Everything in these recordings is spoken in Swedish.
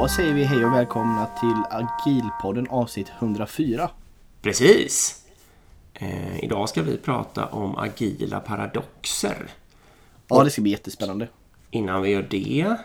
Då säger vi hej och välkomna till Agilpodden avsnitt 104. Precis. Idag ska vi prata om agila paradoxer. Ja, det ska bli jättespännande. Innan vi gör det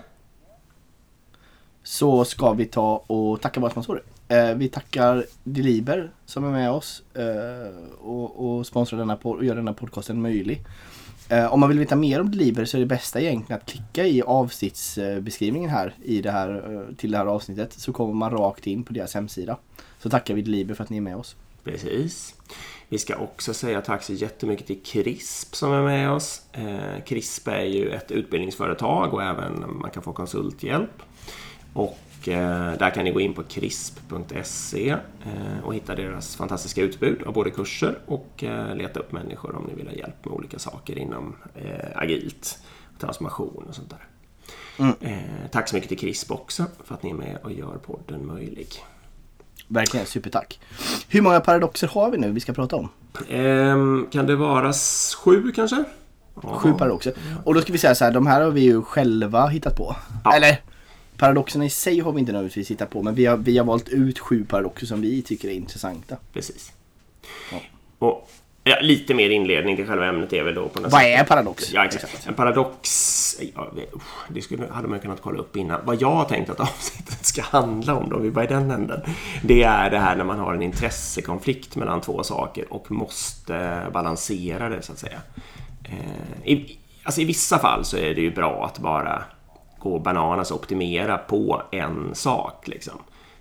så ska vi ta och tacka våra sponsorer. Vi tackar Deliber som är med oss och sponsrar och gör denna podcasten möjlig. Om man vill veta mer om Deliber så är det bästa egentligen att klicka i avsnittsbeskrivningen här, till det här avsnittet, så kommer man rakt in på deras hemsida. Så tackar vi Deliber för att ni är med oss. Precis. Vi ska också säga tack så jättemycket till CRISP som är med oss. CRISP är ju ett utbildningsföretag och även man kan få konsulthjälp. Och där kan ni gå in på crisp.se och hitta deras fantastiska utbud av både kurser och leta upp människor om ni vill ha hjälp med olika saker inom agilt, transformation och sånt där. Tack så mycket till CRISP också för att ni är med och gör podden möjlig. Verkligen, supertack. Hur många paradoxer har vi nu vi ska prata om? Kan det vara 7 kanske? 7 paradoxer. Och då ska vi säga så här, de här har vi ju själva hittat på. Ja. Eller, paradoxerna i sig har vi inte nödvändigtvis hittat på, men vi har valt ut 7 paradoxer som vi tycker är intressanta. Precis. Ja. Och lite mer inledning till själva ämnet är väl då på något Vad sätt. är paradox? Ja, exakt. En paradox, hade man kunnat kolla upp innan. Vad jag har tänkt att avsnittet ska handla om då, vi var i den änden. Det är det här när man har en intressekonflikt mellan två saker och måste balansera det så att säga. I vissa fall så är det ju bra att bara gå bananas och optimera på en sak liksom.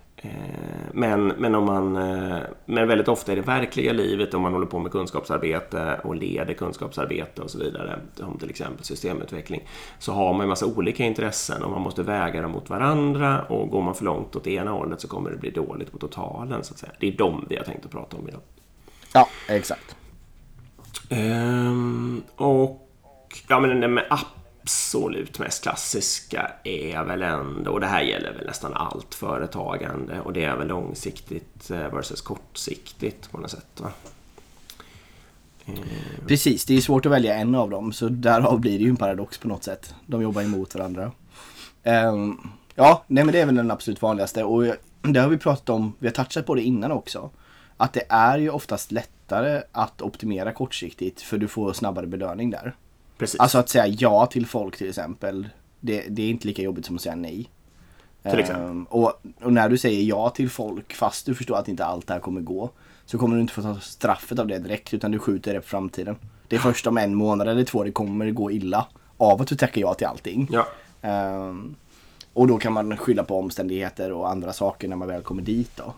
Men väldigt ofta i det verkliga livet, om man håller på med kunskapsarbete och leder kunskapsarbete och så vidare, som till exempel systemutveckling, så har man en massa olika intressen och man måste väga dem mot varandra, och går man för långt åt ena hållet så kommer det bli dåligt på totalen så att säga. Det är de vi har tänkt att prata om idag. Ja, exakt. Men den absolut mest klassiska är väl ändå, och det här gäller väl nästan allt företagande, och det är väl långsiktigt versus kortsiktigt på något sätt, va? Precis, det är svårt att välja en av dem, så därav blir det ju en paradox på något sätt. De jobbar emot varandra. Men det är väl den absolut vanligaste, och det har vi pratat om, vi har touchat på det innan också, att det är ju oftast lättare att optimera kortsiktigt för du får snabbare belöning där. Precis. Alltså att säga ja till folk till exempel, det är inte lika jobbigt som att säga nej. Till exempel. Och när du säger ja till folk, fast du förstår att inte allt det här kommer gå, så kommer du inte få ta straffet av det direkt, utan du skjuter det på framtiden. Det är först om 1 månad eller 2 det kommer gå illa av att du tackar ja till allting. Ja. Och då kan man skylla på omständigheter och andra saker när man väl kommer dit då.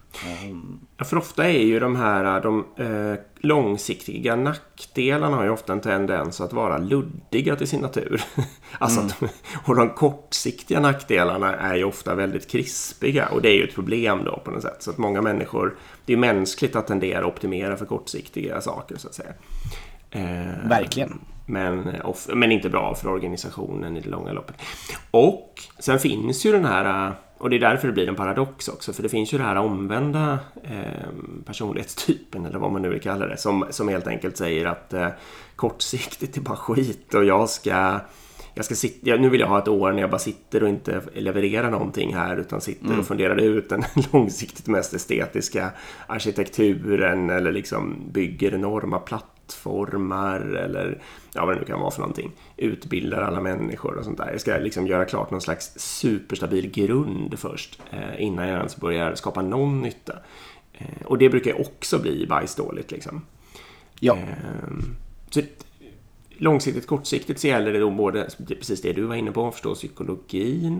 För ofta är ju de långsiktiga nackdelarna har ju ofta en tendens att vara luddiga till sin natur. Och de kortsiktiga nackdelarna är ju ofta väldigt krispiga, och det är ju ett problem då på något sätt. Så att många människor, det är ju mänskligt att tendera att optimera för kortsiktiga saker så att säga. Verkligen. Men inte bra för organisationen i det långa loppet. Och sen finns ju den här, och det är därför det blir en paradox också, för det finns ju det här omvända personlighetstypen, eller vad man nu vill kalla det, som helt enkelt säger att kortsiktigt är bara skit, och jag ska sitta, nu vill jag ha ett år när jag bara sitter och inte levererar någonting här, utan sitter och funderar ut den långsiktigt mest estetiska arkitekturen, eller liksom bygger enorma plattformar, eller vad det nu kan vara för någonting, utbildar alla människor och sånt där. Jag ska liksom göra klart någon slags superstabil grund först, innan jag ens börjar skapa någon nytta. Och det brukar också bli bajsdåligt liksom. Ja. Så långsiktigt, kortsiktigt så gäller det då både precis det du var inne på, förstå psykologin,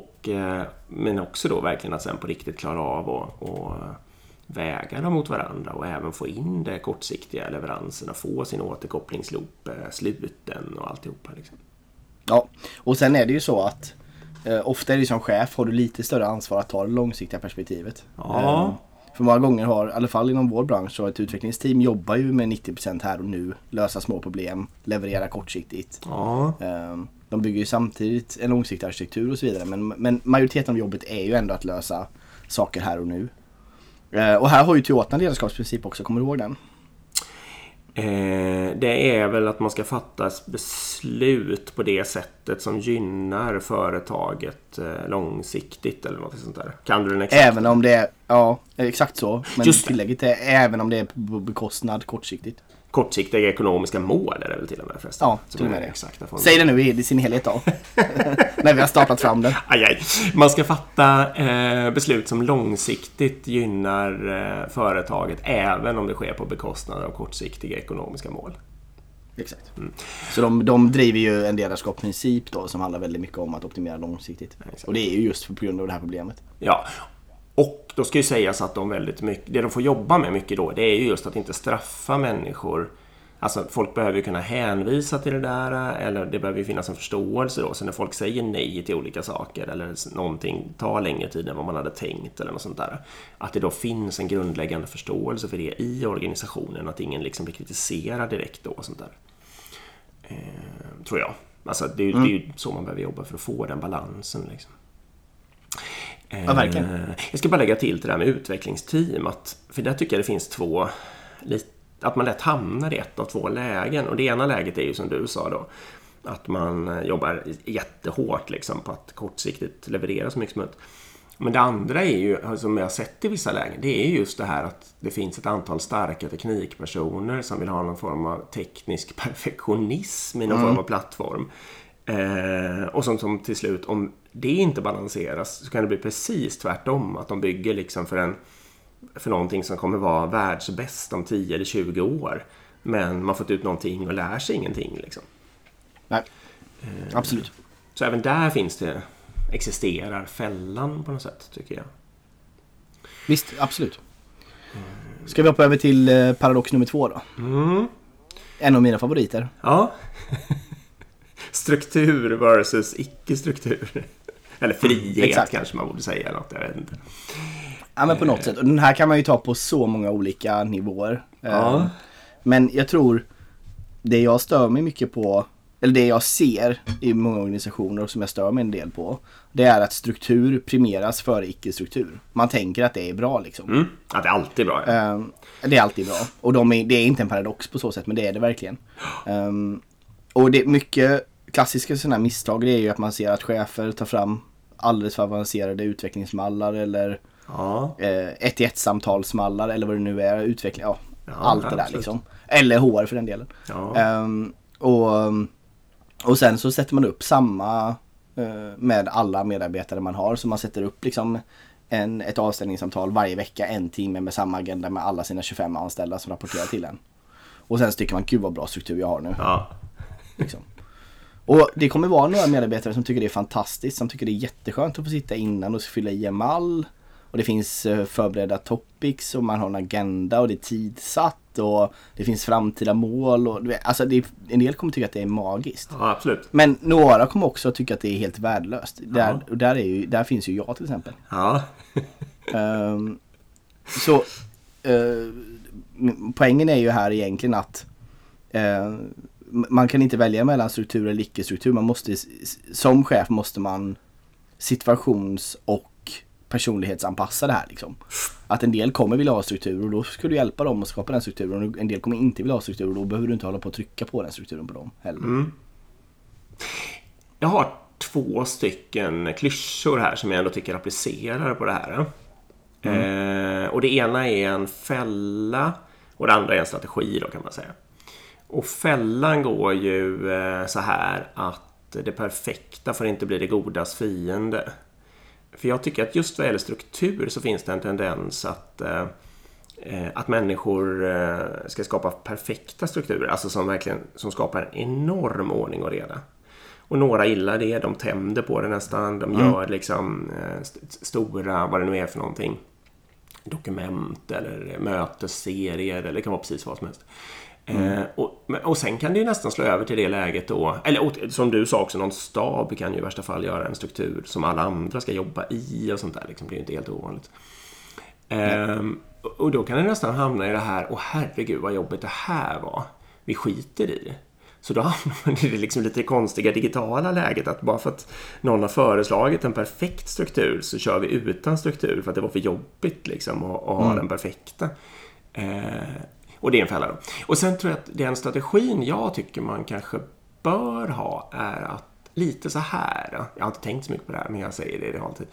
men också då verkligen att sen på riktigt klara av och väga dem mot varandra, och även få in det kortsiktiga leveranserna, få sin återkopplingsloop sluten och alltihopa liksom. Ja, och sen är det ju så att ofta är det som chef har du lite större ansvar att ta det långsiktiga perspektivet. Ja. För många gånger har, i alla fall inom vår bransch, så ett utvecklingsteam jobbar ju med 90% här och nu, lösa små problem, leverera kortsiktigt. Ja. De bygger ju samtidigt en långsiktig arkitektur och så vidare, men majoriteten av jobbet är ju ändå att lösa saker här och nu. Och här har ju Toyota en ledarskapsprincip också, kommer du ihåg den? Det är väl att man ska fatta beslut på det sättet som gynnar företaget långsiktigt eller något sånt där. Kan du den exakt? Även om det är, ja, exakt så. Men tillägget är även om det är på bekostnad kortsiktigt. Kortsiktiga ekonomiska mål är det väl till och med förresten. Ja, till och med det. Säg det nu i sin helhet då. När vi har startat fram den. Ajaj. Man ska fatta beslut som långsiktigt gynnar företaget även om det sker på bekostnad av kortsiktiga ekonomiska mål. Exakt. Så de driver ju en ledarskapsprincip då som handlar väldigt mycket om att optimera långsiktigt. Exakt. Och det är ju just på grund av det här problemet. Ja. Och då ska ju sägas att det de får jobba med mycket då, det är ju just att inte straffa människor. Alltså folk behöver ju kunna hänvisa till det där, eller det behöver ju finnas en förståelse då. Så när folk säger nej till olika saker eller någonting tar längre tid än vad man hade tänkt eller något sånt där, att det då finns en grundläggande förståelse för det i organisationen, att ingen liksom blir kritiserad direkt då och sånt där. Tror jag. Alltså det är ju så man behöver jobba för att få den balansen liksom. Ja, verkligen. Jag ska bara lägga till det där med utvecklingsteam, för där tycker jag det finns att man lätt hamnar i ett av två lägen. Och det ena läget är ju som du sa då, att man jobbar jättehårt liksom på att kortsiktigt leverera så mycket som möjligt. Men det andra är ju, som jag har sett i vissa lägen, det är just det här att det finns ett antal starka teknikpersoner som vill ha någon form av teknisk perfektionism i någon form av plattform. Och som till slut, om det inte balanseras, så kan det bli precis tvärtom, att de bygger liksom för någonting som kommer vara världsbäst om 10 eller 20 år, men man får ut någonting och lär sig ingenting liksom. Nej, absolut. Så även där existerar fällan på något sätt, tycker jag. Visst, absolut. Ska vi hoppa över till paradox nummer 2 då? En av mina favoriter. Ja. Struktur versus icke-struktur. Eller frihet kanske man borde säga något, jag vet inte. Ja, men på något sätt. Och den här kan man ju ta på så många olika nivåer. Ja. Men jag tror det jag stör mig mycket på, eller det jag ser i många organisationer som jag stör mig en del på, det är att struktur premieras före icke-struktur. Man tänker att det är bra liksom. Att det är alltid bra. Ja. Det är alltid bra. Och det är inte en paradox på så sätt, men det är det verkligen. Och det är mycket klassiska sådana här misstag, det är ju att man ser att chefer tar fram alldeles för avancerade utvecklingsmallar eller 1-1-samtalsmallar eller vad det nu är, utveckling, allt det där absolut. Liksom. Eller HR för den delen. Ja. Och sen så sätter man upp samma med alla medarbetare man har, så man sätter upp liksom ett avställningssamtal varje vecka, 1 timme med samma agenda med alla sina 25 anställda som rapporterar till en. Och sen så tycker man, gud vad bra struktur jag har nu. Ja. Liksom. Och det kommer vara några medarbetare som tycker det är fantastiskt, som tycker det är jätteskönt att få sitta innan och fylla i en mall. Och det finns förberedda topics och man har en agenda och det är tidsatt och det finns framtida mål. Och, alltså en del kommer tycka att det är magiskt. Ja, absolut. Men några kommer också tycka att det är helt värdelöst. Där finns ju jag till exempel. Ja. Poängen är ju här egentligen att man kan inte välja mellan struktur eller icke-struktur. Man måste, som chef måste man situations- och personlighetsanpassa det här liksom. Att en del kommer vilja ha struktur och då ska du hjälpa dem att skapa den strukturen, och en del kommer inte vilja ha struktur och då behöver du inte hålla på att trycka på den strukturen på dem heller. Jag har 2 stycken klyschor här som jag ändå tycker applicerar på det här. Och det ena är en fälla och det andra är en strategi då, kan man säga. Och fällan går ju så här att det perfekta får inte bli det godas fiende. För jag tycker att just vad gäller struktur så finns det en tendens att människor ska skapa perfekta strukturer. Alltså som skapar en enorm ordning och reda. Och några gillar det, de tänder på det nästan. De gör liksom stora, vad det nu är för någonting, dokument eller mötesserier, eller det kan vara precis vad som helst. Och sen kan det ju nästan slå över till det läget då, eller som du sa också, någon stab kan ju i värsta fall göra en struktur som alla andra ska jobba i och sånt där liksom, det är ju inte helt ovanligt. Och då kan det nästan hamna i det här, herregud vad jobbigt det här var, vi skiter i det. Så då hamnar man i det liksom lite konstiga digitala läget, att bara för att någon har föreslagit en perfekt struktur så kör vi utan struktur för att det var för jobbigt liksom att ha den perfekta. Och det är en fälla då. Och sen tror jag att den strategin jag tycker man kanske bör ha är att lite så här, jag har inte tänkt så mycket på det här, men jag säger det alltid.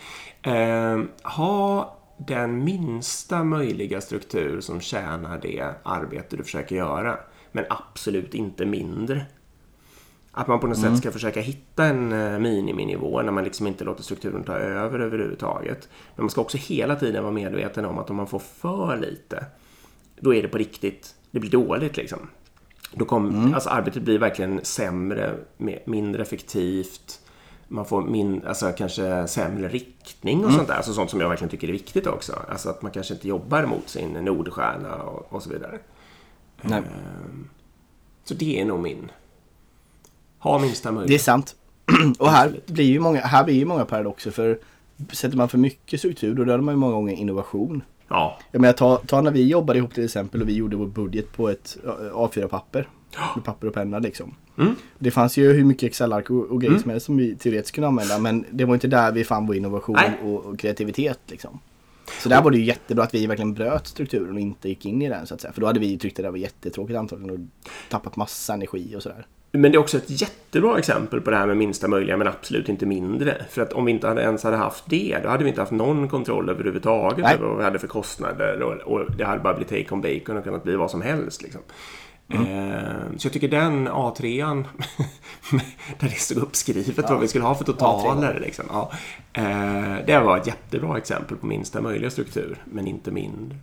Ha den minsta möjliga struktur som tjänar det arbete du försöker göra, men absolut inte mindre. Att man på något sätt ska försöka hitta en miniminivå när man liksom inte låter strukturen ta över överhuvudtaget. Men man ska också hela tiden vara medveten om att om man får för lite, då är det på riktigt, det blir dåligt liksom. Då alltså arbetet blir verkligen sämre, mindre effektivt. Man får alltså kanske sämre riktning och sånt där. Alltså sånt som jag verkligen tycker är viktigt också. Alltså att man kanske inte jobbar mot sin nordstjärna och så vidare. Nej. Så det är nog min. Ha minsta möjlighet. Det är sant. Och här blir ju många paradoxer, för sätter man för mycket struktur då dör man ju många gånger innovation. Ja. Jag menar, ta när vi jobbade ihop till exempel och vi gjorde vår budget på ett A4-papper. Med papper och penna liksom. Det fanns ju hur mycket Excel-ark och grejer som helst som vi teoretiskt kunde använda, men det var inte där vi fann vår innovation och kreativitet liksom. Så där var det ju jättebra att vi verkligen bröt strukturen och inte gick in i den så att säga. För då hade vi tyckt att det var jättetråkigt antagligen och tappat massa energi och sådär. Men det är också ett jättebra exempel på det här med minsta möjliga men absolut inte mindre. För att om vi inte ens hade haft det, då hade vi inte haft någon kontroll överhuvudtaget över vad vi hade för kostnader. Och det hade bara blivit take on bacon och kunnat bli vad som helst liksom. Så jag tycker den A3an där det stod uppskrivet vad vi skulle ha för totaler liksom. Det var ett jättebra exempel på minsta möjliga struktur men inte mindre.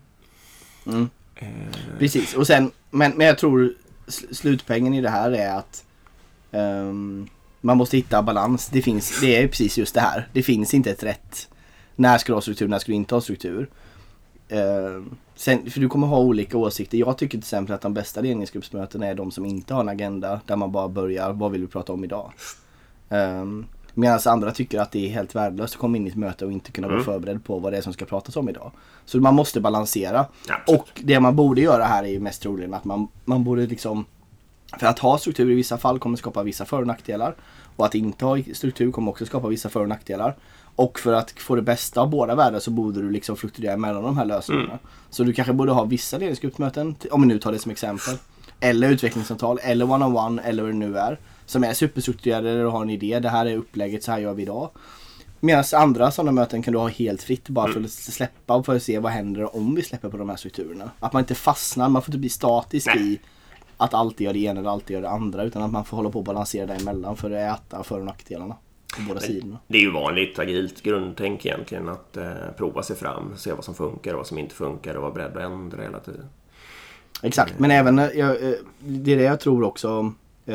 Precis, och sen men jag tror slutpengen i det här är att man måste hitta balans. Det är precis just det här. Det finns inte ett rätt. När ska du ha struktur, när ska du inte ha struktur? Sen, för du kommer ha olika åsikter. Jag tycker till exempel att de bästa ledningsgruppsmöten är de som inte har en agenda, där man bara börjar, vad vill vi prata om idag? Medan andra tycker att det är helt värdelöst att komma in i ett möte och inte kunna vara förberedd på vad det är som ska pratas om idag. Så man måste balansera. Absolut. Och det man borde göra här är ju mest troligen att man borde liksom, för att ha struktur i vissa fall kommer skapa vissa för- och nackdelar. Och att inte ha struktur kommer också skapa vissa för- och nackdelar. Och för att få det bästa av båda världar så borde du liksom fluktuera mellan de här lösningarna. Så du kanske borde ha vissa ledningsgruppsmöten, om vi nu tar det som exempel. Eller utvecklingssamtal, eller one-on-one, eller vad det nu är. Som är superstrukturerade, eller du har en idé, det här är upplägget, så här gör vi idag. Medan andra sådana möten kan du ha helt fritt, bara för att släppa och för att se vad händer om vi släpper på de här strukturerna. Att man inte fastnar, man får inte bli statisk i att alltid göra det ena eller alltid göra det andra, utan att man får hålla på och balansera däremellan för att äta för- och nackdelarna på båda sidorna. Det är ju vanligt agilt grundtänk egentligen att prova sig fram, se vad som funkar och vad som inte funkar och vara beredd att ändra hela tiden. Exakt, men även det är det jag tror också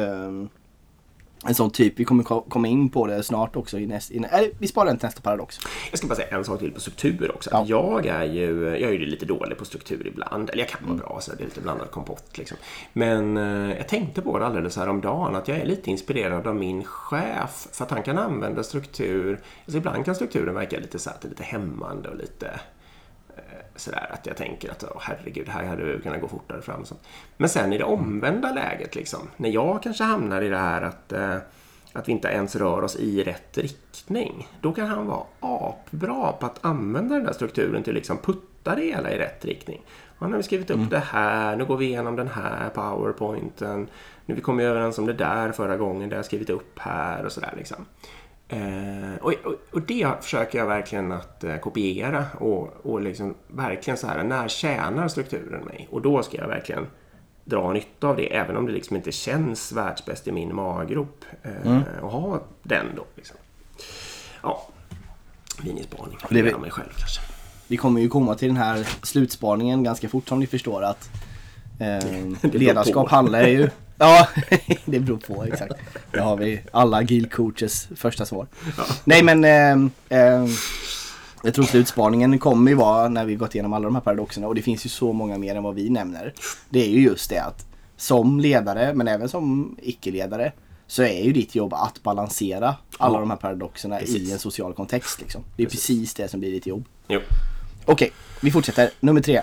en sån typ, vi kommer komma in på det snart också vi sparar den till nästa paradox. Jag ska bara säga en sak till på struktur också. Ja. Jag är ju lite dålig på struktur ibland, eller jag kan vara bra, så det är lite blandad kompott liksom. Men jag tänkte på det alldeles här om dagen att jag är lite inspirerad av min chef, för att han kan använda struktur, alltså ibland kan strukturen verka lite så här, lite hämmande och lite sådär att jag tänker att herregud, här hade vi kunnat gå fortare fram och sånt. Men sen i det omvända läget liksom, när jag kanske hamnar i det här att vi inte ens rör oss i rätt riktning, då kan han vara apbra på att använda den där strukturen till liksom putta det hela i rätt riktning. Och nu har vi skrivit upp det här, nu går vi igenom den här powerpointen, nu vi kom ju överens om det där förra gången, det har jag skrivit upp här och sådär liksom. Och det försöker jag verkligen att kopiera och liksom verkligen så här, när tjänar strukturen mig? Och då ska jag verkligen dra nytta av det, även om det liksom inte känns världsbäst i min maggrop och ha den då liksom. Ja, minispaning. Det är mig själv kanske. Vi kommer ju komma till den här slutspaningen ganska fort, som ni förstår, att ledarskap handlar ju ja, det beror på, exakt. Det har vi alla agilcoaches första svar. Ja. Nej, men jag tror slutspaningen kommer ju vara när vi gått igenom alla de här paradoxerna, och det finns ju så många mer än vad vi nämner. Det är ju just det att som ledare, men även som icke-ledare, så är ju ditt jobb att balansera alla de här paradoxerna i en social kontext liksom. Det är precis det som blir ditt jobb. Jo. Okej, vi fortsätter. Nummer 3.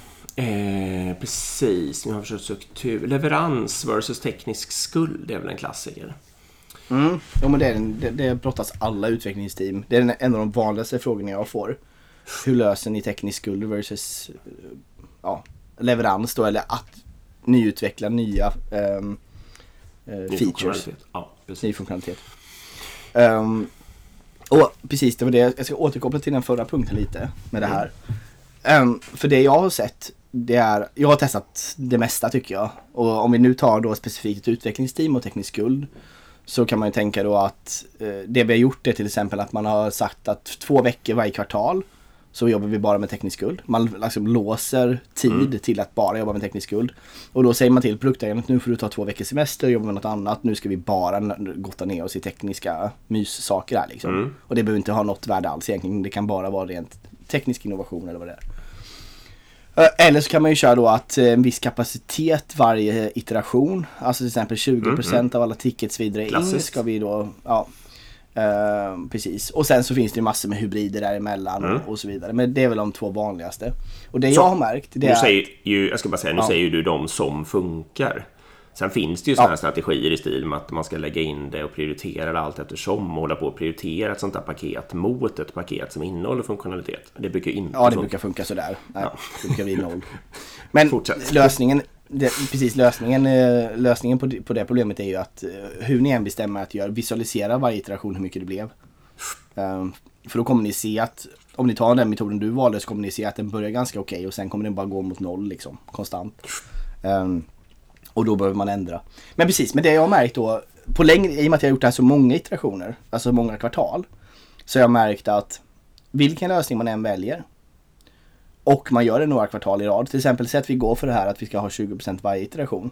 Precis, nu har vi försökt struktur. Leverans versus teknisk skuld, det är väl en klassiker. Ja, men det brottas alla utvecklingsteam. Det är en av de vanligaste frågorna jag får. Hur löser ni teknisk skuld versus leverans då, eller att nyutveckla nya features. Ja, precis. Ny funktionalitet. Och precis, det var det. Jag ska återkoppla till den förra punkten lite med det här. För det jag har sett, det är, jag har testat det mesta tycker jag. Och om vi nu tar då specifikt utvecklingsteam och teknisk skuld, så kan man ju tänka då att det vi har gjort är till exempel att man har sagt att 2 veckor varje kvartal så jobbar vi bara med teknisk skuld. Man liksom låser tid till att bara jobba med teknisk skuld. Och då säger man till produktägaren att nu får du ta 2 veckors semester och jobba med något annat. Nu ska vi bara gotta ner oss i tekniska myssaker här liksom. Och det behöver inte ha något värde alls egentligen. Det kan bara vara rent teknisk innovation eller vad det är. Eller så kan man ju köra då att en viss kapacitet varje iteration, alltså till exempel 20% av alla tickets vidare in ska vi då, precis. Och sen så finns det ju massor med hybrider däremellan och så vidare. Men det är väl de 2 vanligaste. Och det jag har märkt, det är... Jag ska bara säga, nu säger du de som funkar. Sen finns det ju sådana här strategier i stil med att man ska lägga in det och prioritera det allt eftersom och hålla på att prioritera ett sånt där paket mot ett paket som innehåller funktionalitet. Det brukar inte funka. Brukar funka sådär. Nej, det brukar bli noll. Men lösningen på det problemet är ju att hur ni än bestämmer att visualisera varje iteration hur mycket det blev. För då kommer ni se att om ni tar den metoden du valde så kommer ni se att den börjar ganska okej och sen kommer den bara gå mot noll liksom, konstant. Och då behöver man ändra. Men precis, men det jag har märkt då, i och med att jag har gjort det här så många iterationer, alltså många kvartal, så har jag märkt att vilken lösning man än väljer och man gör det några kvartal i rad, till exempel så att vi går för det här att vi ska ha 20% varje iteration.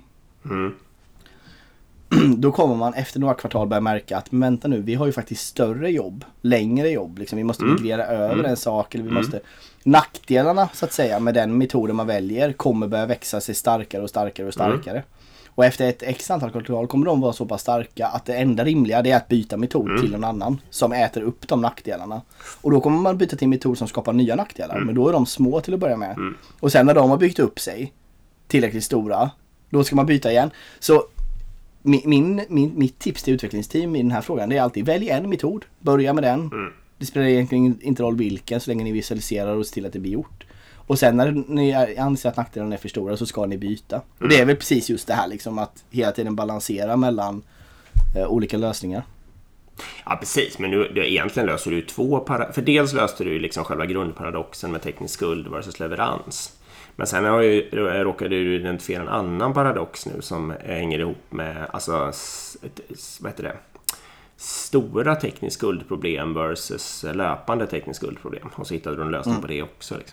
Då kommer man efter några kvartal börja märka att men vänta nu, vi har ju faktiskt större jobb, längre jobb, liksom. Vi måste migrera över en sak, eller vi måste... Nackdelarna så att säga med den metoden man väljer kommer börja växa sig starkare och starkare och starkare. Och efter ett x antal kvartal kommer de vara så pass starka att det enda rimliga det är att byta metod till en annan som äter upp de nackdelarna. Och då kommer man byta till en metod som skapar nya nackdelar, men då är de små till att börja med. Och sen när de har byggt upp sig tillräckligt stora, då ska man byta igen. Så mitt tips till utvecklingsteam i den här frågan, det är alltid välj en metod, börja med den. Det spelar egentligen inte roll vilken så länge ni visualiserar och ser till att det blir gjort. Och sen när ni anser att nackdelarna är för stora så ska ni byta. Och det är väl precis just det här liksom, att hela tiden balansera mellan olika lösningar. Ja, precis. Men nu egentligen löser du 2 för dels löste du liksom själva grundparadoxen med teknisk skuld versus leverans. Men sen råkade du identifiera en annan paradox nu som hänger ihop med vad heter det? Stora teknisk skuldproblem versus löpande teknisk skuldproblem. Och så hittade du en lösning på det också. Liksom.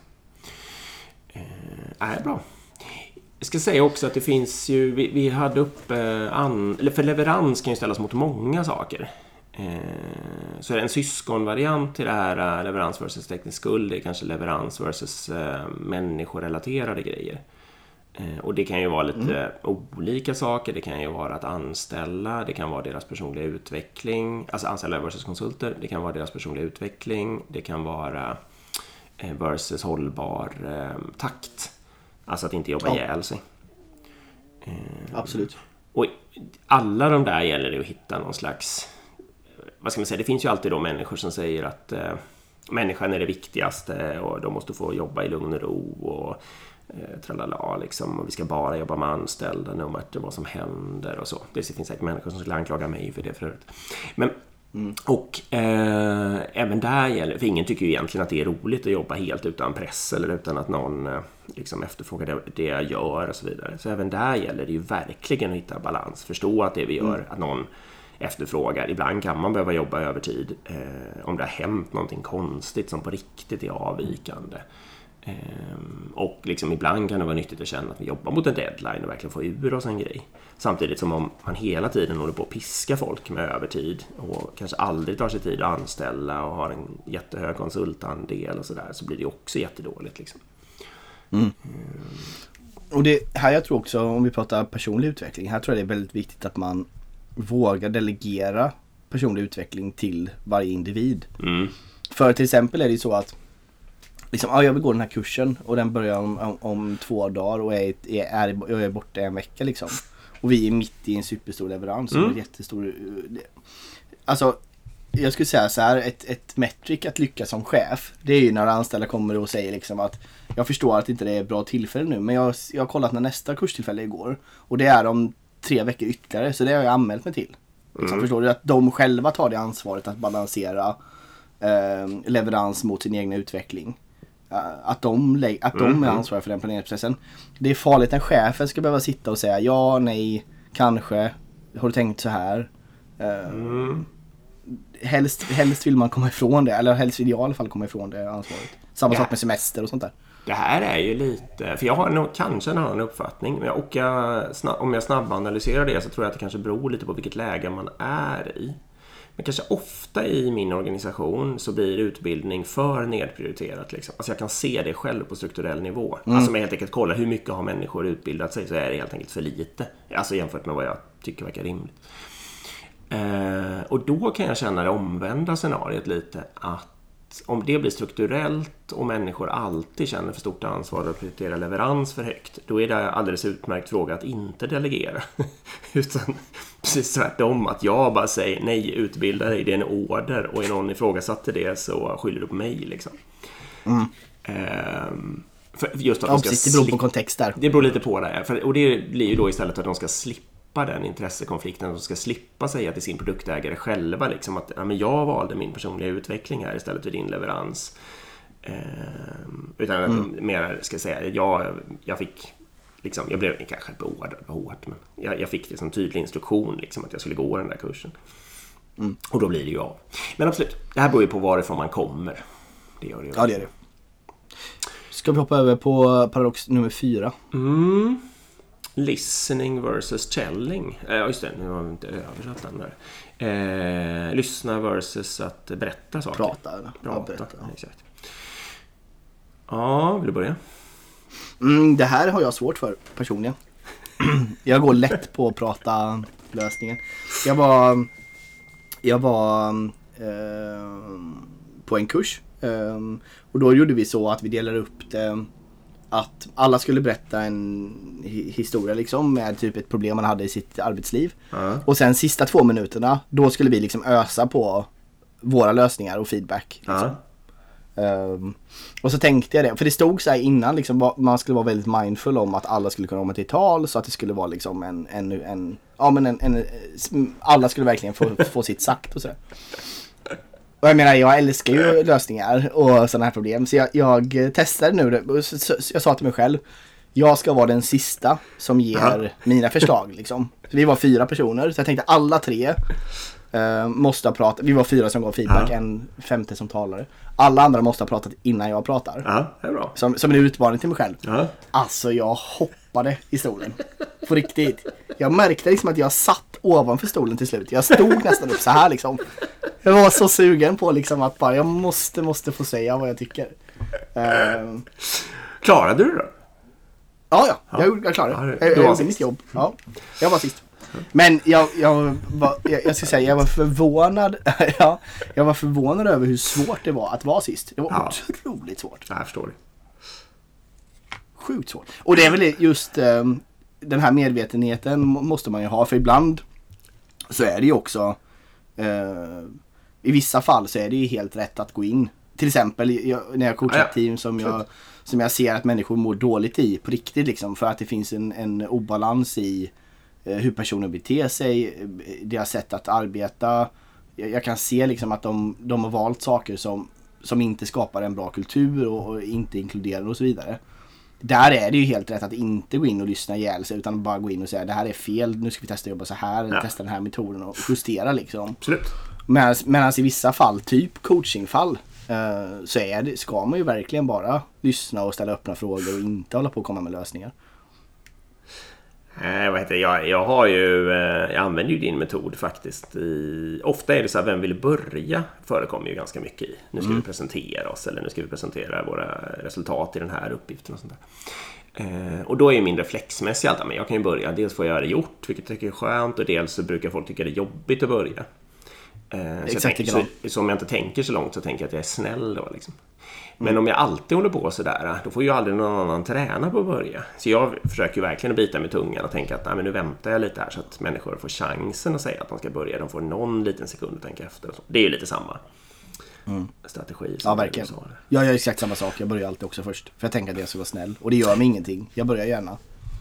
Bra. Jag ska säga också att det finns ju, vi hade upp, för leverans kan ju ställas mot många saker. Så är det en syskonvariant till det här leverans versus teknisk skuld, det är kanske leverans versus människorelaterade grejer. Och det kan ju vara lite olika saker. Det kan ju vara att anställa, det kan vara deras personliga utveckling, alltså anställa versus konsulter, det kan vara deras personliga utveckling, det kan vara versus hållbar takt, alltså att inte jobba ihjäl sig. Absolut. Och alla de där gäller det att hitta någon slags, vad ska man säga, det finns ju alltid då människor som säger att människan är det viktigaste och de måste få jobba i lugn och ro och tralala liksom, och vi ska bara jobba med anställda no matter vad som händer och så. Det finns säkert människor som skulle anklaga mig för det förut. Men och även där gäller, för ingen tycker ju egentligen att det är roligt att jobba helt utan press eller utan att någon liksom efterfrågar det jag gör och så vidare. Så även där gäller det ju verkligen att hitta balans, förstå att det vi gör, att någon efterfrågar. Ibland kan man behöva jobba övertid om det har hänt någonting konstigt som på riktigt är avvikande. Och liksom ibland kan det vara nyttigt att känna att vi jobbar mot en deadline och verkligen få ur oss en grej. Samtidigt som om man hela tiden håller på att piska folk med övertid och kanske aldrig tar sig tid att anställa och har en jättehög konsultandel och sådär, så blir det också jättedåligt liksom. Och det här, jag tror också, om vi pratar personlig utveckling, här tror jag det är väldigt viktigt att man vågar delegera personlig utveckling till varje individ. För till exempel är det så att liksom, jag vill gå den här kursen och den börjar om 2 dagar och jag är borta en vecka liksom. Och vi är mitt i en superstor leverans och en jättestor... Alltså, jag skulle säga så här, ett metric att lyckas som chef, det är ju när anställda kommer och säger liksom att jag förstår att inte det är ett bra tillfälle nu, men jag har kollat när nästa kurstillfälle igår och det är om 3 veckor ytterligare, så det har jag anmält mig till. Liksom, förstår du att de själva tar det ansvaret att balansera leverans mot sin egna utveckling. Att de är ansvariga för den planeringsprocessen. Det är farligt när chefen ska behöva sitta och säga ja, nej, kanske, har du tänkt så här? Helst vill man komma ifrån det, eller helst vill jag i alla fall komma ifrån det ansvaret. Samma sak med semester och sånt där. Det här är ju lite, för jag har nog kanske en annan uppfattning, men om jag snabbanalyserar det så tror jag att det kanske beror lite på vilket läge man är i. Men kanske ofta i min organisation så blir utbildning för nedprioriterat. Liksom. Alltså jag kan se det själv på strukturell nivå. Alltså med helt enkelt kolla hur mycket har människor utbildat sig, så är det helt enkelt för lite. Alltså jämfört med vad jag tycker verkar rimligt. Och då kan jag känna det omvända scenariet lite, att om det blir strukturellt och människor alltid känner för stort ansvar och prioriterar leverans för högt, då är det alldeles utmärkt fråga att inte delegera. Utan precis tvärtom, att jag bara säger nej, utbilda dig, det är en order, och är någon ifrågasatte det så skyller du på mig liksom. För just att det beror på kontext där. Det beror lite på det. Och det blir ju då istället att de ska slippa den intressekonflikten, de ska slippa säga till sin produktägare själva liksom att ja, men jag valde min personliga utveckling här istället för din leverans. Utan att mer ska säga jag fick liksom, jag blev kanske beordrad hårt, men jag fick det som tydlig instruktion liksom, att jag skulle gå den där kursen. Och då blir det ju av. Men absolut, det här beror ju på varifrån man kommer. Det gör det ju. Ja, det är det. Ska vi hoppa över på paradox nummer 4? Listening versus telling. Just det, nu har vi inte översatt den där. Lyssna versus att berätta saker. Prata. Exakt. Ja, vill du börja? Det här har jag svårt för personligen. Jag går lätt på att prata lösningen. Jag var på en kurs. Och då gjorde vi så att vi delade upp det, att alla skulle berätta en historia liksom, med typ ett problem man hade i sitt arbetsliv. Och sen sista 2 minuterna, då skulle vi liksom ösa på våra lösningar och feedback. Liksom. Och så tänkte jag det, för det stod så här innan liksom, man skulle vara väldigt mindful om att alla skulle kunna komma till tal, så att det skulle vara liksom alla skulle verkligen få sitt sagt och så där. Och jag menar, jag älskar ju lösningar och sådana här problem. Så jag testade nu. Jag sa till mig själv, jag ska vara den sista som ger mina förslag. Liksom. Så vi var 4 personer. Så jag tänkte alla 3 måste ha pratat. Vi var 4 som gav feedback, en 5:e som talare. Alla andra måste ha pratat innan jag pratar. Ja, det är bra. Som en utmaning till mig själv. Alltså jag hoppade i stolen. På riktigt. Jag märkte liksom att jag satt ovanför stolen till slut. Jag stod nästan upp så här liksom. Jag var så sugen på liksom att bara, jag måste få säga vad jag tycker. Klarade du det? Ja. Jag klarade det. Jag gjorde mitt jobb. Ja, jag var sist. Men jag ska säga, jag var förvånad. Jag var förvånad över hur svårt det var att vara sist. Det var otroligt svårt. Jag förstår det. Sjukt svårt. Och det är väl just den här medvetenheten måste man ju ha. För ibland så är det ju också i vissa fall så är det ju helt rätt att gå in. Till exempel när jag coachar ett team som jag ser att människor mår dåligt i på riktigt liksom, för att det finns en obalans i hur personer beter sig, deras sätt att arbeta. Jag kan se liksom att de har valt saker som inte skapar en bra kultur och inte inkluderar och så vidare. Där är det ju helt rätt att inte gå in och lyssna ihjäl sig, utan bara gå in och säga det här är fel, nu ska vi testa att jobba så här, testa den här metoden och justera liksom. Absolut. Medan i vissa fall, typ coachingfall, så ska man ju verkligen bara lyssna och ställa öppna frågor och inte hålla på att komma med lösningar. Jag använder ju din metod faktiskt. Ofta är det så här, vem vill börja förekommer ju ganska mycket i. Nu ska vi presentera oss, eller nu ska vi presentera våra resultat i den här uppgiften och sånt där. Och då är ju min reflexmässig alltid, men jag kan ju börja. Dels får jag göra det gjort, vilket jag tycker är skönt, och dels så brukar folk tycka det är jobbigt att börja. Så om jag inte tänker så långt så tänker jag att jag är snäll då liksom. Men om jag alltid håller på sådär, då får ju aldrig någon annan träna på att börja. Så jag försöker verkligen att bita med tungan och tänka att nej, men nu väntar jag lite här så att människor får chansen att säga att de ska börja. De får någon liten sekund att tänka efter. Och så. Det är ju lite samma strategi. Ja, verkligen. Jag gör exakt samma sak. Jag börjar alltid också först. För jag tänker att jag ska vara snäll. Och det gör mig ingenting. Jag börjar gärna.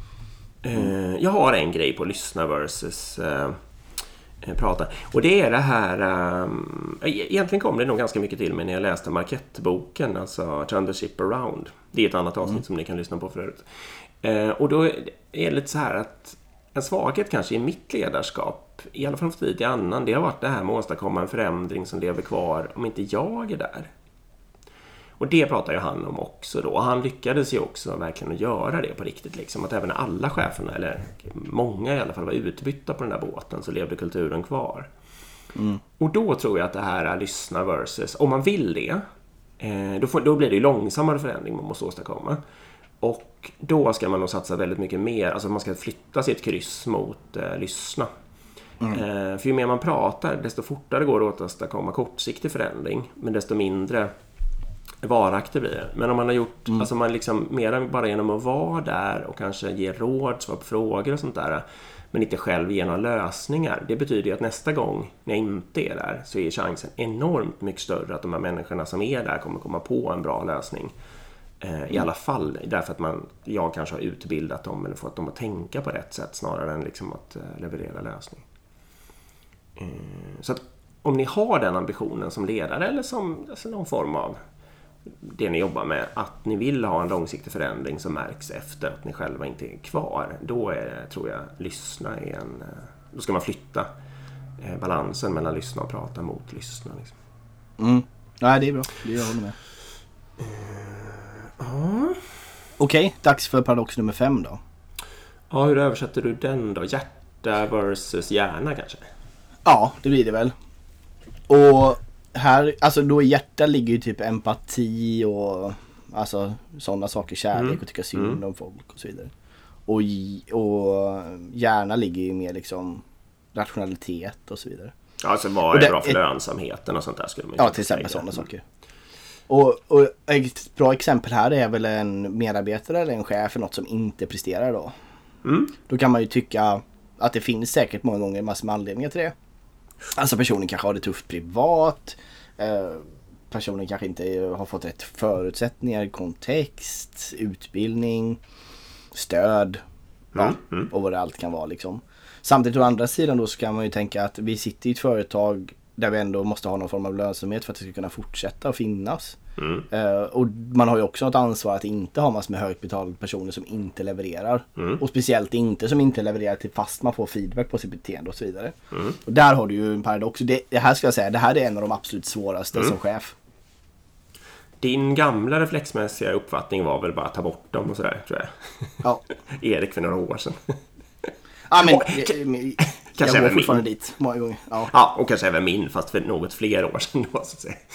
Jag har en grej på lyssna versus prata. Och det är det här... egentligen kom det nog ganska mycket till mig när jag läste Marquette-boken, alltså Turn the Ship Around. Det är ett annat avsnitt som ni kan lyssna på förut. Och då är det lite så här att en svaghet kanske i mitt ledarskap, i alla fall från tid till annan, det har varit det här med att åstadkomma en förändring som lever kvar om inte jag är där. Och det pratar ju han om också då. Och han lyckades ju också verkligen att göra det på riktigt. Liksom. Att även när alla cheferna, eller många i alla fall, var utbytta på den där båten så levde kulturen kvar. Och då tror jag att det här är lyssna versus, om man vill det, då blir det ju långsammare förändring man måste åstadkomma. Och då ska man nog satsa väldigt mycket mer, alltså man ska flytta sitt kryss mot lyssna. För ju mer man pratar, desto fortare går det att åstadkomma kortsiktig förändring, men desto mindre varaktig blir det. Men om man har gjort, alltså man liksom mer bara genom att vara där och kanske ge råd, svara på frågor och sånt där, men inte själv ge några lösningar. Det betyder ju att nästa gång när jag inte är där så är chansen enormt mycket större att de här människorna som är där kommer komma på en bra lösning. I alla fall därför att jag kanske har utbildat dem eller fått dem att tänka på rätt sätt snarare än liksom att leverera lösning. Så att om ni har den ambitionen som ledare eller som alltså någon form av det ni jobbar med, att ni vill ha en långsiktig förändring som märks efter att ni själva inte är kvar, då tror jag lyssna då ska man flytta balansen mellan lyssna och prata mot lyssna liksom. Nej, det är bra, det jag håller med. Okej, dags för paradox nummer 5 då. Ja, hur översätter du den då? Hjärta versus hjärna kanske? Ja, det blir det väl. Och här, alltså då i hjärta ligger ju typ empati och alltså sådana saker, kärlek och tycka synd om folk och så vidare. Och hjärna ligger ju mer liksom rationalitet och så vidare. Alltså vad är bra för lönsamheten och sånt där skulle man ju ja, till exempel sådana saker. Och ett bra exempel här är väl en medarbetare eller en chef eller något som inte presterar då. Då kan man ju tycka att det finns säkert många gånger massor med anledningar till det. Alltså personen kanske har det tufft privat, personen kanske inte har fått rätt förutsättningar, kontext, utbildning, stöd och vad det allt kan vara liksom. Samtidigt å andra sidan då så kan man ju tänka att vi sitter i ett företag där vi ändå måste ha någon form av lönsamhet för att det ska kunna fortsätta och finnas. Och man har ju också ett ansvar att inte ha massor med högt betalade personer som inte levererar. Och speciellt inte som inte levererar till fast man får feedback på sitt beteende och så vidare. Och där har du ju en paradox. Det här ska jag säga, det här är en av de absolut svåraste som chef. Din gamla reflexmässiga uppfattning var väl bara att ta bort dem och sådär, tror jag. Ja. Erik för några år sedan. Ja, men kanske jag går fortfarande min. dit många gånger. Ja, och kanske även min, fast för något fler år sedan då, så att säga.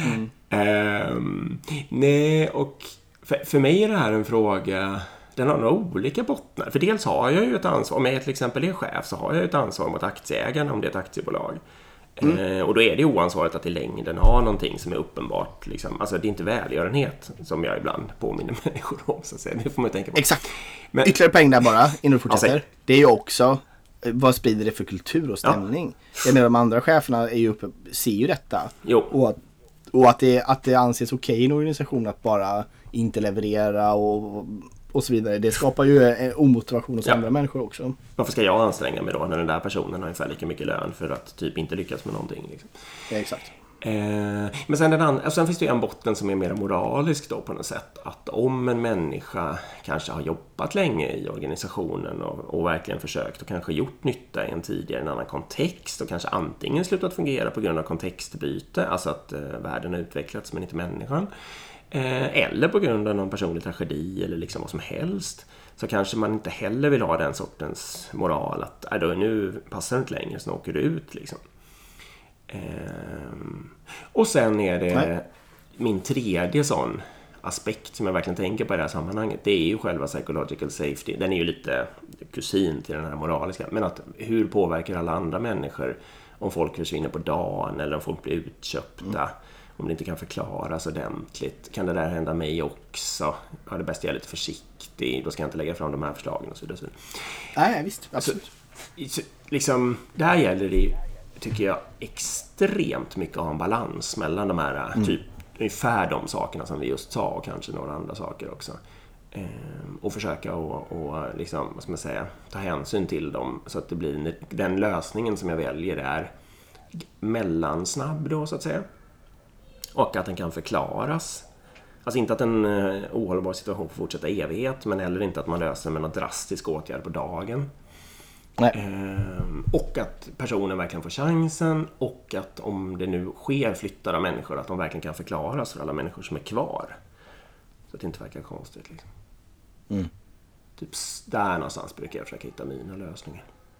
Nej, och för mig är det här en fråga, den har några olika bottnar. För dels har jag ju ett ansvar, om jag till exempel är chef så har jag ett ansvar mot aktieägarna om det är ett aktiebolag. Och då är det oansvarigt att i längden ha någonting som är uppenbart liksom, alltså det är inte välgörenhet som jag ibland påminner människor om, så att säga. Det får man tänka på. Exakt. Men ytterligare poäng där bara innan du fortsätter. Det är ju också vad sprider det för kultur och stämning. Jag menar, de andra cheferna är ju ser ju detta. Och att det anses okej i en organisation att bara inte leverera och så vidare. Det skapar ju en omotivation hos andra människor också. Varför ska jag anstränga mig då när den där personen har ungefär lika mycket lön för att typ inte lyckas med någonting liksom. Ja, exakt. Men sen finns det ju en botten som är mer moralisk då på något sätt. Att om en människa kanske har jobbat länge i organisationen och verkligen försökt och kanske gjort nytta i en tidigare en annan kontext och kanske antingen slutat fungera på grund av kontextbyte, alltså att världen har utvecklats men inte människan, eller på grund av någon personlig tragedi eller liksom vad som helst, så kanske man inte heller vill ha den sortens moral att nu passar det inte längre så åker du ut liksom. Och sen är det min tredje sån aspekt som jag verkligen tänker på i det här sammanhanget, det är ju själva psychological safety. Den är ju lite kusin till den här moraliska, men att hur påverkar alla andra människor om folk försvinner på dagen eller om folk blir utköpta. Om det inte kan förklaras ordentligt. Kan det där hända mig också? Ja, det är bäst jag är lite försiktig. Då ska jag inte lägga fram de här förslagen och så vidare. Nej, visst. Absolut. Alltså, liksom, där gäller det, tycker jag, extremt mycket att ha en balans mellan de här typ ungefär de sakerna som vi just sa och kanske några andra saker också. Och försöka och liksom, vad ska man säga, ta hänsyn till dem så att det blir den lösningen som jag väljer är mellansnabb då, så att säga. Och att den kan förklaras. Alltså inte att en ohållbar situation får fortsätta i evighet, men heller inte att man löser med någon drastisk åtgärd på dagen. Och att personen verkligen får chansen, och att om det nu sker flyttar av människor, att de verkligen kan förklaras för alla människor som är kvar. Så att det inte verkar konstigt liksom. Typ där någonstans brukar jag försöka hitta mina lösningar.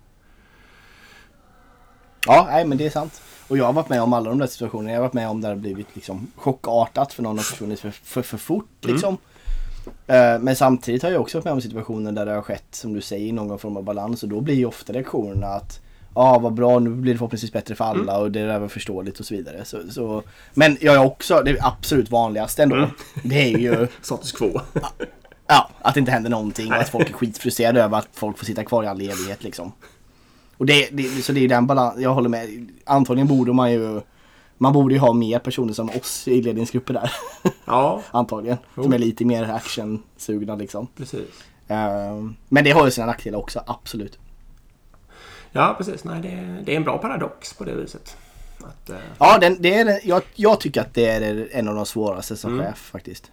Ja, nej, men det är sant. Och jag har varit med om alla de där situationerna. Jag har varit med om där det har blivit liksom chockartat för någon har försvunnit för fort liksom. Men samtidigt har jag också varit med om situationer där det har skett, som du säger, någon form av balans. Och då blir ju ofta reaktionerna att vad bra, nu blir det förhoppningsvis bättre för alla och det är väl förståeligt och så vidare. Så. Men jag är också, det är absolut vanligast ändå. Det är ju status quo. Ja, att det inte händer någonting och att folk är skitfrustrerade över att folk får sitta kvar i all evighet liksom. Och så det är den balans, jag håller med. Antagligen borde man borde ju ha mer personer som oss i ledningsgrupper där. Ja. Antagligen. Som är lite mer actionsugna liksom. Precis. Men det har ju sina nackdelar också, absolut. Ja, precis. Nej, det är en bra paradox på det viset. Att, ja, jag tycker att det är en av de svåraste som chef faktiskt.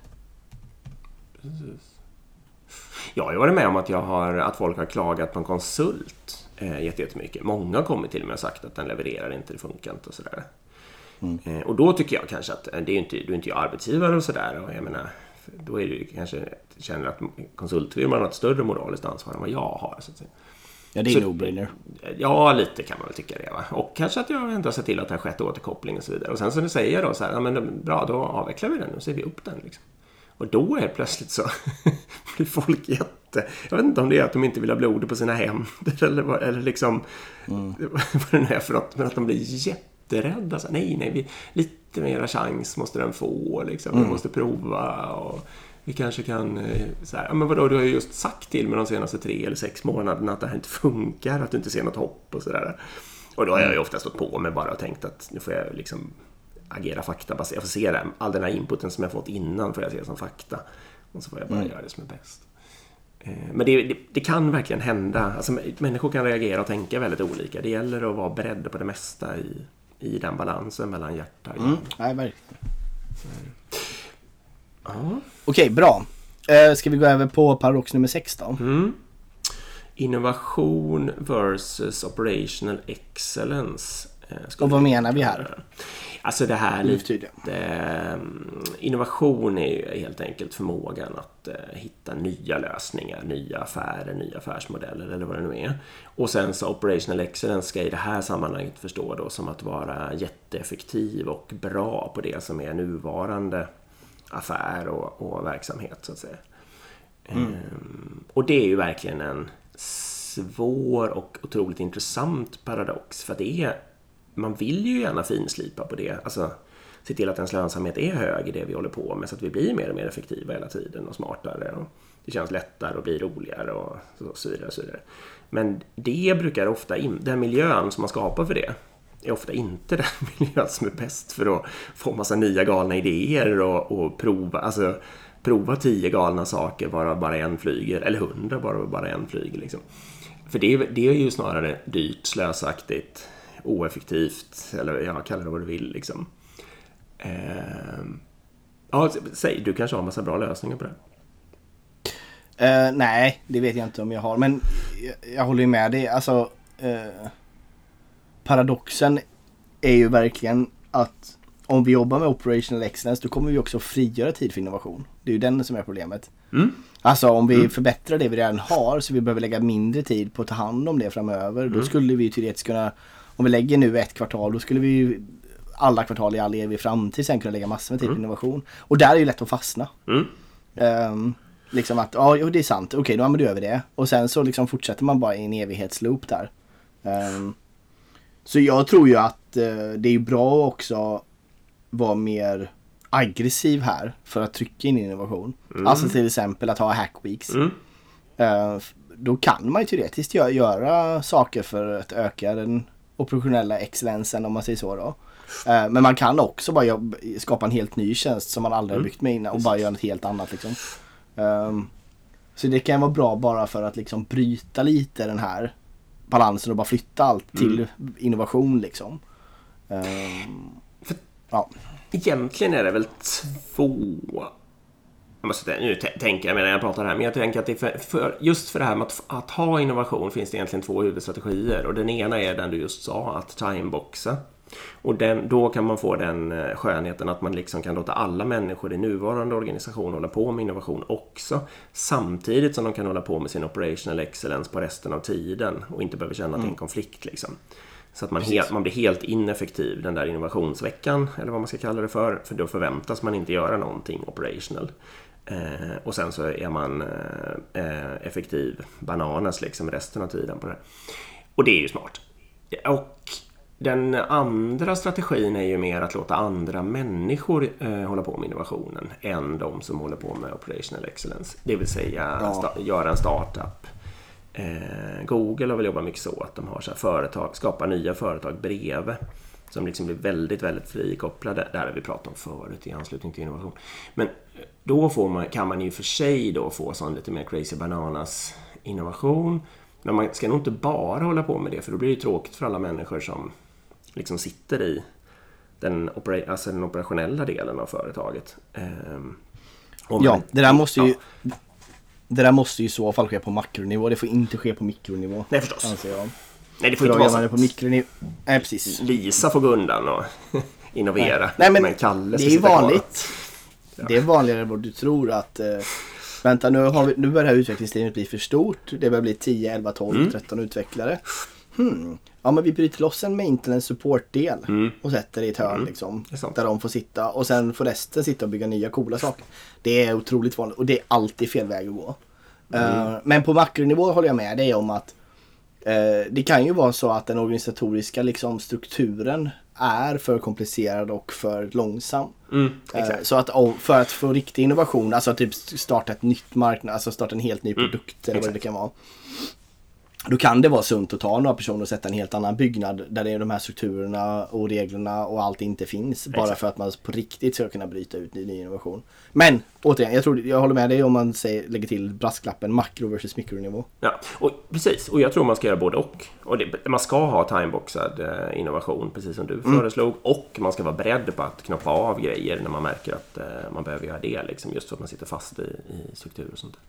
Precis. Jag har varit med om att folk har klagat på en konsult jättemycket. Många har kommit till mig och sagt att den levererar inte, det funkar inte och sådär. Och då tycker jag kanske att du är inte arbetsgivare och sådär, och jag menar, då är du kanske känner att konsultfirman har ett större moraliskt ansvar än vad jag har, så att säga. Ja, det är no-brainer. Ja, lite kan man väl tycka det, va? Och kanske att jag ändå ser till att det har skett återkoppling och så vidare. Och sen så nu säger jag då så här, ja men bra, då avvecklar vi den och ser vi upp den liksom. Och då är plötsligt så blir folk jag vet inte om det är att de inte vill ha blod på sina händer eller liksom vad det nu är för något, men att de blir jätterädda. Så, nej, lite mera chans måste den få liksom. Vi måste prova och vi kanske kan så här, men vadå, du har ju just sagt till mig de senaste 3 eller 6 månaderna att det här inte funkar, att du inte ser något hopp och sådär. Och då har jag ju ofta stått på mig bara och tänkt att nu får jag liksom agera faktabaserat. Jag får se det. All den här inputen som jag fått innan får jag se som fakta. Och så får jag bara göra det som är bäst. Men det kan verkligen hända. Alltså, människor kan reagera och tänka väldigt olika. Det gäller att vara beredd på det mesta i den balansen mellan hjärta och hjärna. Nej, verkligen. Okej, bra. Ska vi gå över på paradox nummer 6 då? Innovation versus operational excellence. Och vad menar vi här? Alltså det här lite, innovation är ju helt enkelt förmågan att hitta nya lösningar, nya affärer, nya affärsmodeller eller vad det nu är. Och sen så operational excellence ska i det här sammanhanget förstå då som att vara jätteeffektiv och bra på det som är nuvarande affär och verksamhet, så att säga. Och det är ju verkligen en svår och otroligt intressant paradox, för att man vill ju gärna finslipa på det, alltså se till att ens lönsamhet är hög i det vi håller på med, så att vi blir mer och mer effektiva hela tiden och smartare, och det känns lättare och blir roligare och så vidare och så vidare. Men det brukar ofta, den miljön som man skapar för det är ofta inte den miljön som är bäst för att få massa nya galna idéer och prova 10 galna saker bara en flyger, eller 100 bara en flyger liksom. För det är ju snarare dyrt, slösaktigt, oeffektivt, eller jag kallar det vad du vill liksom. Säg, du kanske har en massa bra lösningar på det. Nej, det vet jag inte om jag har, men jag håller ju med dig. Alltså, paradoxen är ju verkligen att om vi jobbar med operational excellence, då kommer vi också frigöra tid för innovation. Det är ju den som är problemet. Alltså om vi förbättrar det vi redan har, så vi behöver lägga mindre tid på att ta hand om det framöver, då skulle vi teoretiskt kunna, om vi lägger nu 1 kvartal, då skulle vi alla kvartal i all evig framtid sen kunna lägga massor med tid på innovation. Och där är ju lätt att fastna. Liksom att, det är sant, okej, då använder du över det. Och sen så liksom fortsätter man bara i en evighetsloop där. Så jag tror ju att det är bra också vara mer aggressiv här för att trycka in innovation. Alltså till exempel att ha hack weeks. Då kan man ju teoretiskt göra saker för att öka den operationella excellensen, om man säger så då. Men man kan också bara skapa en helt ny tjänst som man aldrig har byggt med innan och bara göra något helt annat liksom. Så det kan vara bra bara för att liksom bryta lite den här balansen och bara flytta allt till innovation liksom. Ja. Egentligen är det väl två... Nu tänker jag medan jag pratar här, men jag tänker att det just för det här med att ha innovation finns det egentligen två huvudstrategier. Och den ena är den du just sa, att timeboxa. Och då kan man få den skönheten att man liksom kan låta alla människor i nuvarande organisation hålla på med innovation också, samtidigt som de kan hålla på med sin operational excellence på resten av tiden och inte behöver känna att det är en konflikt liksom. Så att man blir helt ineffektiv den där innovationsveckan, eller vad man ska kalla det för då förväntas man inte göra någonting operational. Och sen så är man effektiv bananas liksom resten av tiden på det. Och det är ju smart. Och den andra strategin är ju mer att låta andra människor hålla på med innovationen än de som håller på med operational excellence. Det vill säga göra en startup. Google har väl jobbat mycket så att de har så här företag, skapar nya företag bredvid som liksom blir väldigt, väldigt frikopplade. Det här har vi pratat om förut i anslutning till innovation. Men då kan man ju för sig då få sån lite mer crazy bananas innovation. Men man ska nog inte bara hålla på med det, för då blir det ju tråkigt för alla människor som liksom sitter i den operationella delen av företaget. Det där måste ju i så fall ske på makronivå. Det får inte ske på mikronivå. Nej, förstås. Anser jag. Nej, det får inte vara så. På mikronivå. Nej, precis. Lisa får gå undan och innovera. Nej, men Kalle det är vanligt. Ja. Det är vanligare än vad du tror att... vänta, nu börjar det här utvecklingsteamet bli för stort. Det börjar bli 10, 11, 12, 13 utvecklare. Ja, men vi bryter loss en maintenance support-del och sätter det i ett hörn liksom, där de får sitta. Och sen får resten sitta och bygga nya coola saker. Det är otroligt vanligt och det är alltid fel väg att gå. Men på makronivå håller jag med dig om att det kan ju vara så att den organisatoriska liksom, strukturen är för komplicerad och för långsam. Så att för att få riktig innovation, alltså typ starta ett nytt marknad, alltså starta en helt ny produkt eller vad det kan vara. Då kan det vara sunt att ta några personer och sätta en helt annan byggnad där det är de här strukturerna och reglerna och allt inte finns. Bara för att man på riktigt ska kunna bryta ut ny innovation. Men återigen, jag håller med dig om man lägger till brasklappen makro versus mikronivå. Ja, och precis. Och jag tror man ska göra både och man ska ha timeboxad innovation, precis som du föreslog. Och man ska vara beredd på att knoppa av grejer när man märker att man behöver göra det. Liksom, just för att man sitter fast i struktur och sånt där.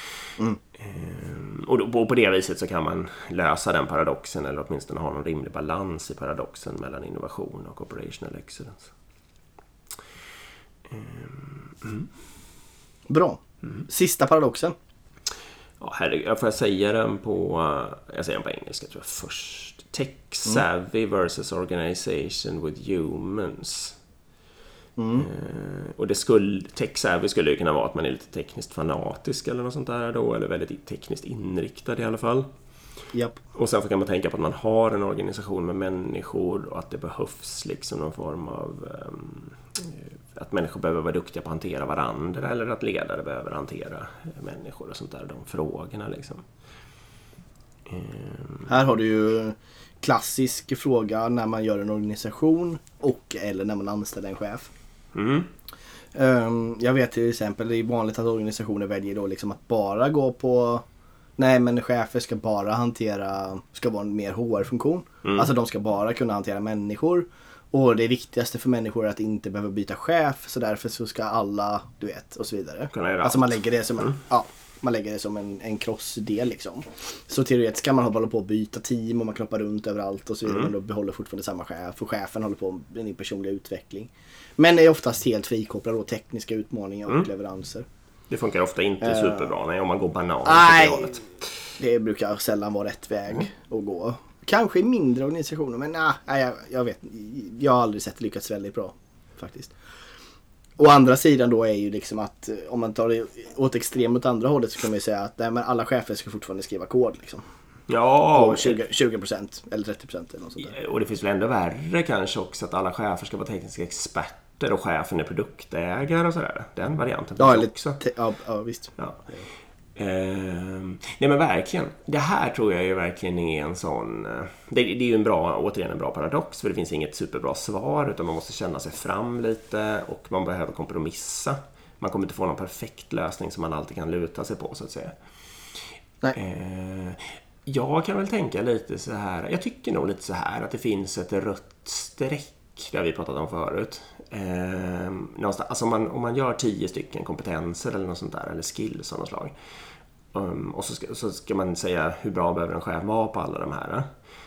Och på det viset så kan man lösa den paradoxen, eller åtminstone ha någon rimlig balans i paradoxen mellan innovation och operational excellence. Bra. Sista paradoxen. Ja, jag får säga den på engelska tror jag först. Tech savvy versus organization with humans. Och tech savvy skulle ju kunna vara att man är lite tekniskt fanatisk eller något sånt där då, eller väldigt tekniskt inriktad i alla fall. Yep. Och sen kan man tänka på att man har en organisation med människor och att det behövs liksom någon form av att människor behöver vara duktiga på att hantera varandra, eller att ledare behöver hantera människor och sånt där, de frågorna liksom. Här har du ju klassisk fråga när man gör en organisation eller när man anställer en chef. Jag vet till exempel, det är vanligt att organisationer väljer då liksom att bara gå på men chefer ska bara ska vara en mer HR-funktion. Alltså de ska bara kunna hantera människor. Och det viktigaste för människor är att inte behöva byta chef, så därför så ska alla, du vet, och så vidare. Alltså man lägger det som man lägger det som en cross-del liksom. Så teoretiskt kan man hålla på att byta team och man knoppar runt överallt och så vidare, men då behåller fortfarande samma chef, och chefen håller på med sin personliga utveckling. Men är oftast helt frikopplad då tekniska utmaningar och leveranser. Det funkar ofta inte superbra om man går banan. Nej, det brukar sällan vara rätt väg att gå. Kanske i mindre organisationer, men jag vet, jag har aldrig sett det lyckats väldigt bra faktiskt. Å andra sidan då är ju liksom att om man tar det åt extremt åt andra hållet så kan man ju säga att men alla chefer ska fortfarande skriva kod liksom. Ja, på 20% eller 30% eller något sånt där. Och det finns väl ändå värre kanske också att alla chefer ska vara tekniska experter och chefen är produktägare och sådär. Den varianten finns också. Ja, visst. Ja. Nej men verkligen. Det här tror jag ju verkligen är en sån... Det är ju återigen en bra paradox, för det finns inget superbra svar, utan man måste känna sig fram lite och man behöver kompromissa. Man kommer inte få någon perfekt lösning som man alltid kan luta sig på, så att säga. Nej. Jag kan väl tänka lite så här. Jag tycker nog lite så här att det finns ett rött streck, det har vi pratat om förut. Alltså om man gör 10 stycken kompetenser eller något sånt där, eller skills av något slag, och så ska man säga hur bra behöver en chef vara på alla de här.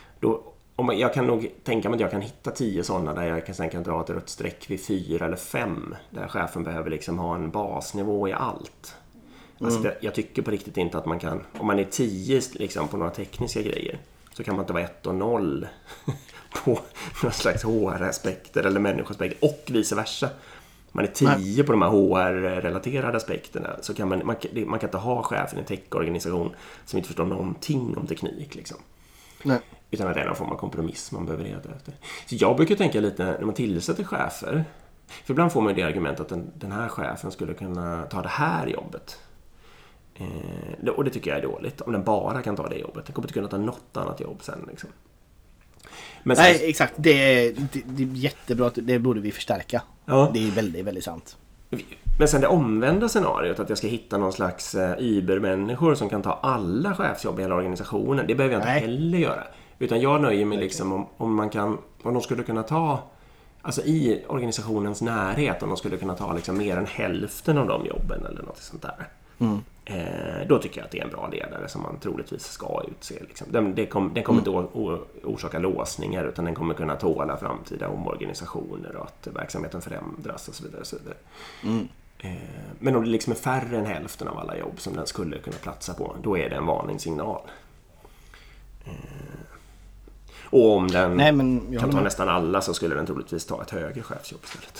Jag kan nog tänka mig att jag kan hitta 10 sådana där jag sen kan dra ett rött streck vid 4 eller 5, där chefen behöver liksom ha en basnivå i allt. Alltså jag tycker på riktigt inte att man kan, om man är 10 liksom på några tekniska grejer, så kan man inte vara 1 och 0 på några slags HR-aspekter eller människoaspekter, och vice versa. Man är 10 på de här HR-relaterade aspekterna, så kan man kan inte ha chefen i en techorganisation som inte förstår någonting om teknik liksom. Nej. Utan att det är någon form av kompromiss man behöver reda efter. Så jag brukar tänka lite, när man tillsätter chefer, för ibland får man ju det argument att den här chefen skulle kunna ta det här jobbet. Och det tycker jag är dåligt. Om den bara kan ta det jobbet, den kommer inte kunna ta något annat jobb sen liksom. Men sen... Nej, exakt. Det är jättebra. Det borde vi förstärka. Ja. Det är väldigt, väldigt sant. Men sen det omvända scenariot, att jag ska hitta någon slags übermänniskor som kan ta alla chefsjobb i hela organisationen, det behöver jag inte heller göra. Utan jag nöjer mig liksom om de skulle kunna ta, alltså i organisationens närhet, om de skulle kunna ta liksom mer än hälften av de jobben eller något sånt där. Då tycker jag att det är en bra ledare som man troligtvis ska utse. Liksom. Den kommer inte att orsaka låsningar, utan den kommer kunna tåla framtida omorganisationer och att verksamheten förändras och så vidare. Och så vidare. Men om det liksom är färre än hälften av alla jobb som den skulle kunna platsa på, då är det en varningssignal. Och om den kan ta nästan alla, så skulle den troligtvis ta ett högre chefsjobb istället.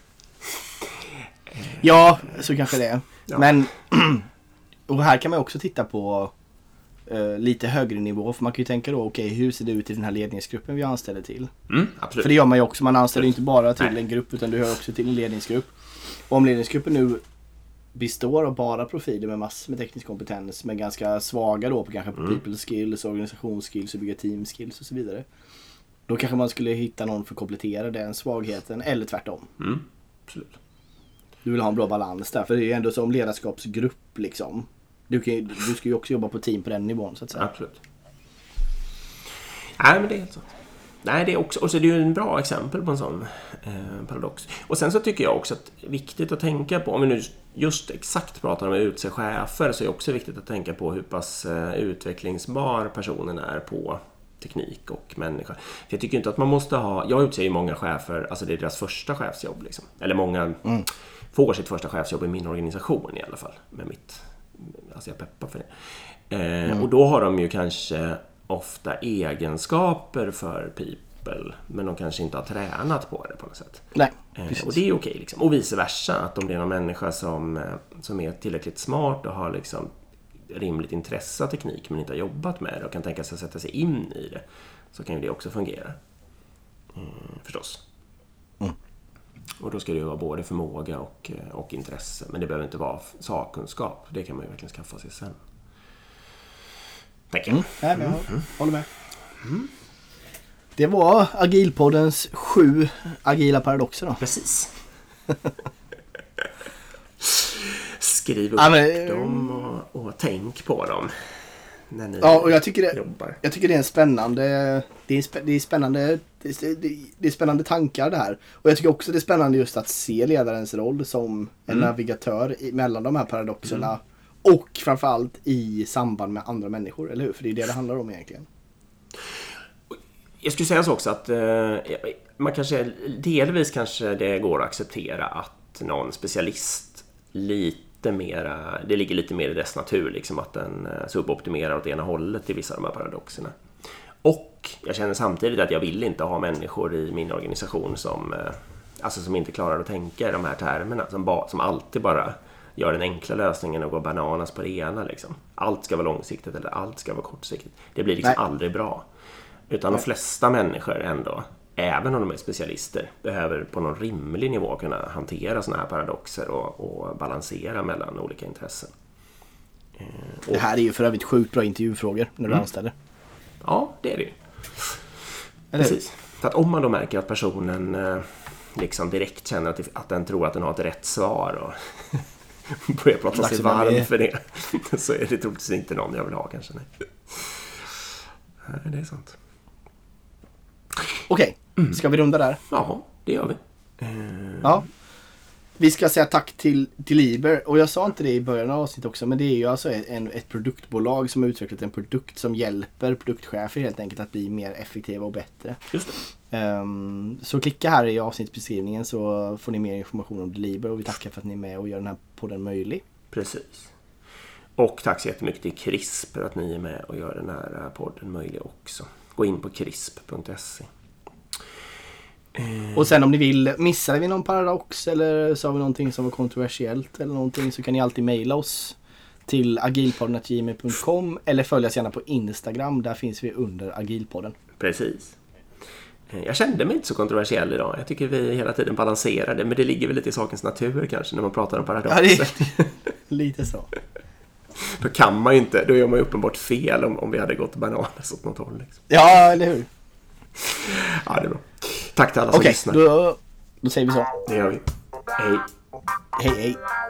Ja, så kanske det är. Ja. Men och här kan man också titta på lite högre nivå, för man kan ju tänka då, okej, hur ser det ut i den här ledningsgruppen vi anställer till? Absolut. För det gör man ju också, man anställer inte bara till en grupp, utan du hör också till en ledningsgrupp. Och om ledningsgruppen nu består av bara profiler med massor med teknisk kompetens, men ganska svaga då på kanske people skills, organisationsskills och bygga team skills och så vidare, då kanske man skulle hitta någon för att komplettera den svagheten, eller tvärtom. Absolut. Du vill ha en bra balans där, för det är ju ändå som ledarskapsgrupp liksom. Du ska ju också jobba på team på den nivån, så att säga. Absolut. Nej, men det är helt sant. Nej, det är också, och så är det ju en bra exempel på en sån paradox. Och sen så tycker jag också att det är viktigt att tänka på, om vi nu just exakt pratar om att utse chefer, så är det också viktigt att tänka på hur pass utvecklingsbar personen är på teknik och människa. För jag tycker inte att man måste ha, jag utser ju många chefer, alltså det är deras första chefsjobb liksom. Eller många får sitt första chefsjobb i min organisation i alla fall, med mitt, alltså jag peppar för det. Och då har de ju kanske ofta egenskaper för people, men de kanske inte har tränat på det på något sätt. Nej, och det är okej liksom. Och vice versa, att om det är någon människa som är tillräckligt smart och har liksom rimligt intresse av teknik, men inte har jobbat med det och kan tänka sig att sätta sig in i det, så kan ju det också fungera. Förstås. Och då ska det ju vara både förmåga och intresse, men det behöver inte vara sakkunskap. Det kan man ju verkligen skaffa sig sen. Tack. Nej, men jag håller med. Det var Agilpoddens 7 agila paradoxer då. Precis. Skriv upp dem och tänk på dem när ni och jag tycker jobbar. Jag tycker det är en spännande det är spännande tankar det här. Och jag tycker också det är spännande just att se ledarens roll som en navigatör mellan de här paradoxerna och framförallt i samband med andra människor, eller hur? För det är det handlar om egentligen. Jag skulle säga så också att man kanske delvis kanske det går att acceptera att någon specialist lite mera, det ligger lite mer i dess natur liksom, att den suboptimerar åt ena hållet i vissa av de här paradoxerna. Och jag känner samtidigt att jag vill inte ha människor i min organisation som inte klarar att tänka i de här termerna, som alltid bara gör den enkla lösningen och går bananas på det ena. Liksom. Allt ska vara långsiktigt eller allt ska vara kortsiktigt. Det blir liksom aldrig bra. Utan de flesta människor ändå, även om de är specialister, behöver på någon rimlig nivå kunna hantera såna här paradoxer och balansera mellan olika intressen. Det här är ju för övrigt sjukt bra intervjufrågor när du anställer. Ja, det är det ju. Precis. För att om man då märker att personen liksom direkt känner att den tror att den har ett rätt svar och börjar prata sig varm för det, så är det troligtvis inte någon jag vill ha kanske. Nej, det är sant. Okej, ska vi runda där? Ja, det gör vi. Ja. Vi ska säga tack till Deliber, och jag sa inte det i början av avsnittet också, men det är ju alltså ett produktbolag som har utvecklat en produkt som hjälper produktchefer helt enkelt att bli mer effektiva och bättre. Just det. Så klicka här i avsnittsbeskrivningen så får ni mer information om Deliber, och vi tackar för att ni är med och gör den här podden möjlig. Precis. Och tack så jättemycket till CRISP för att ni är med och gör den här podden möjlig också. Gå in på crisp.se. Och sen om ni vill, missade vi någon paradox eller sa vi någonting som var kontroversiellt eller någonting, så kan ni alltid mejla oss till agilpodden@gmail.com eller följa oss gärna på Instagram, där finns vi under agilpodden. Precis. Jag kände mig inte så kontroversiell idag. Jag tycker vi hela tiden balanserar det, men det ligger väl lite i sakens natur kanske när man pratar om paradoxer. Ja, det är lite så. Då kan man ju inte, då gör man ju uppenbart fel om vi hade gått bananas åt något håll. Liksom. Ja, eller hur? Ja, det är bra. Tack till alla som lyssnar. Då säger vi så. Det gör vi. Hej. Hej, hej.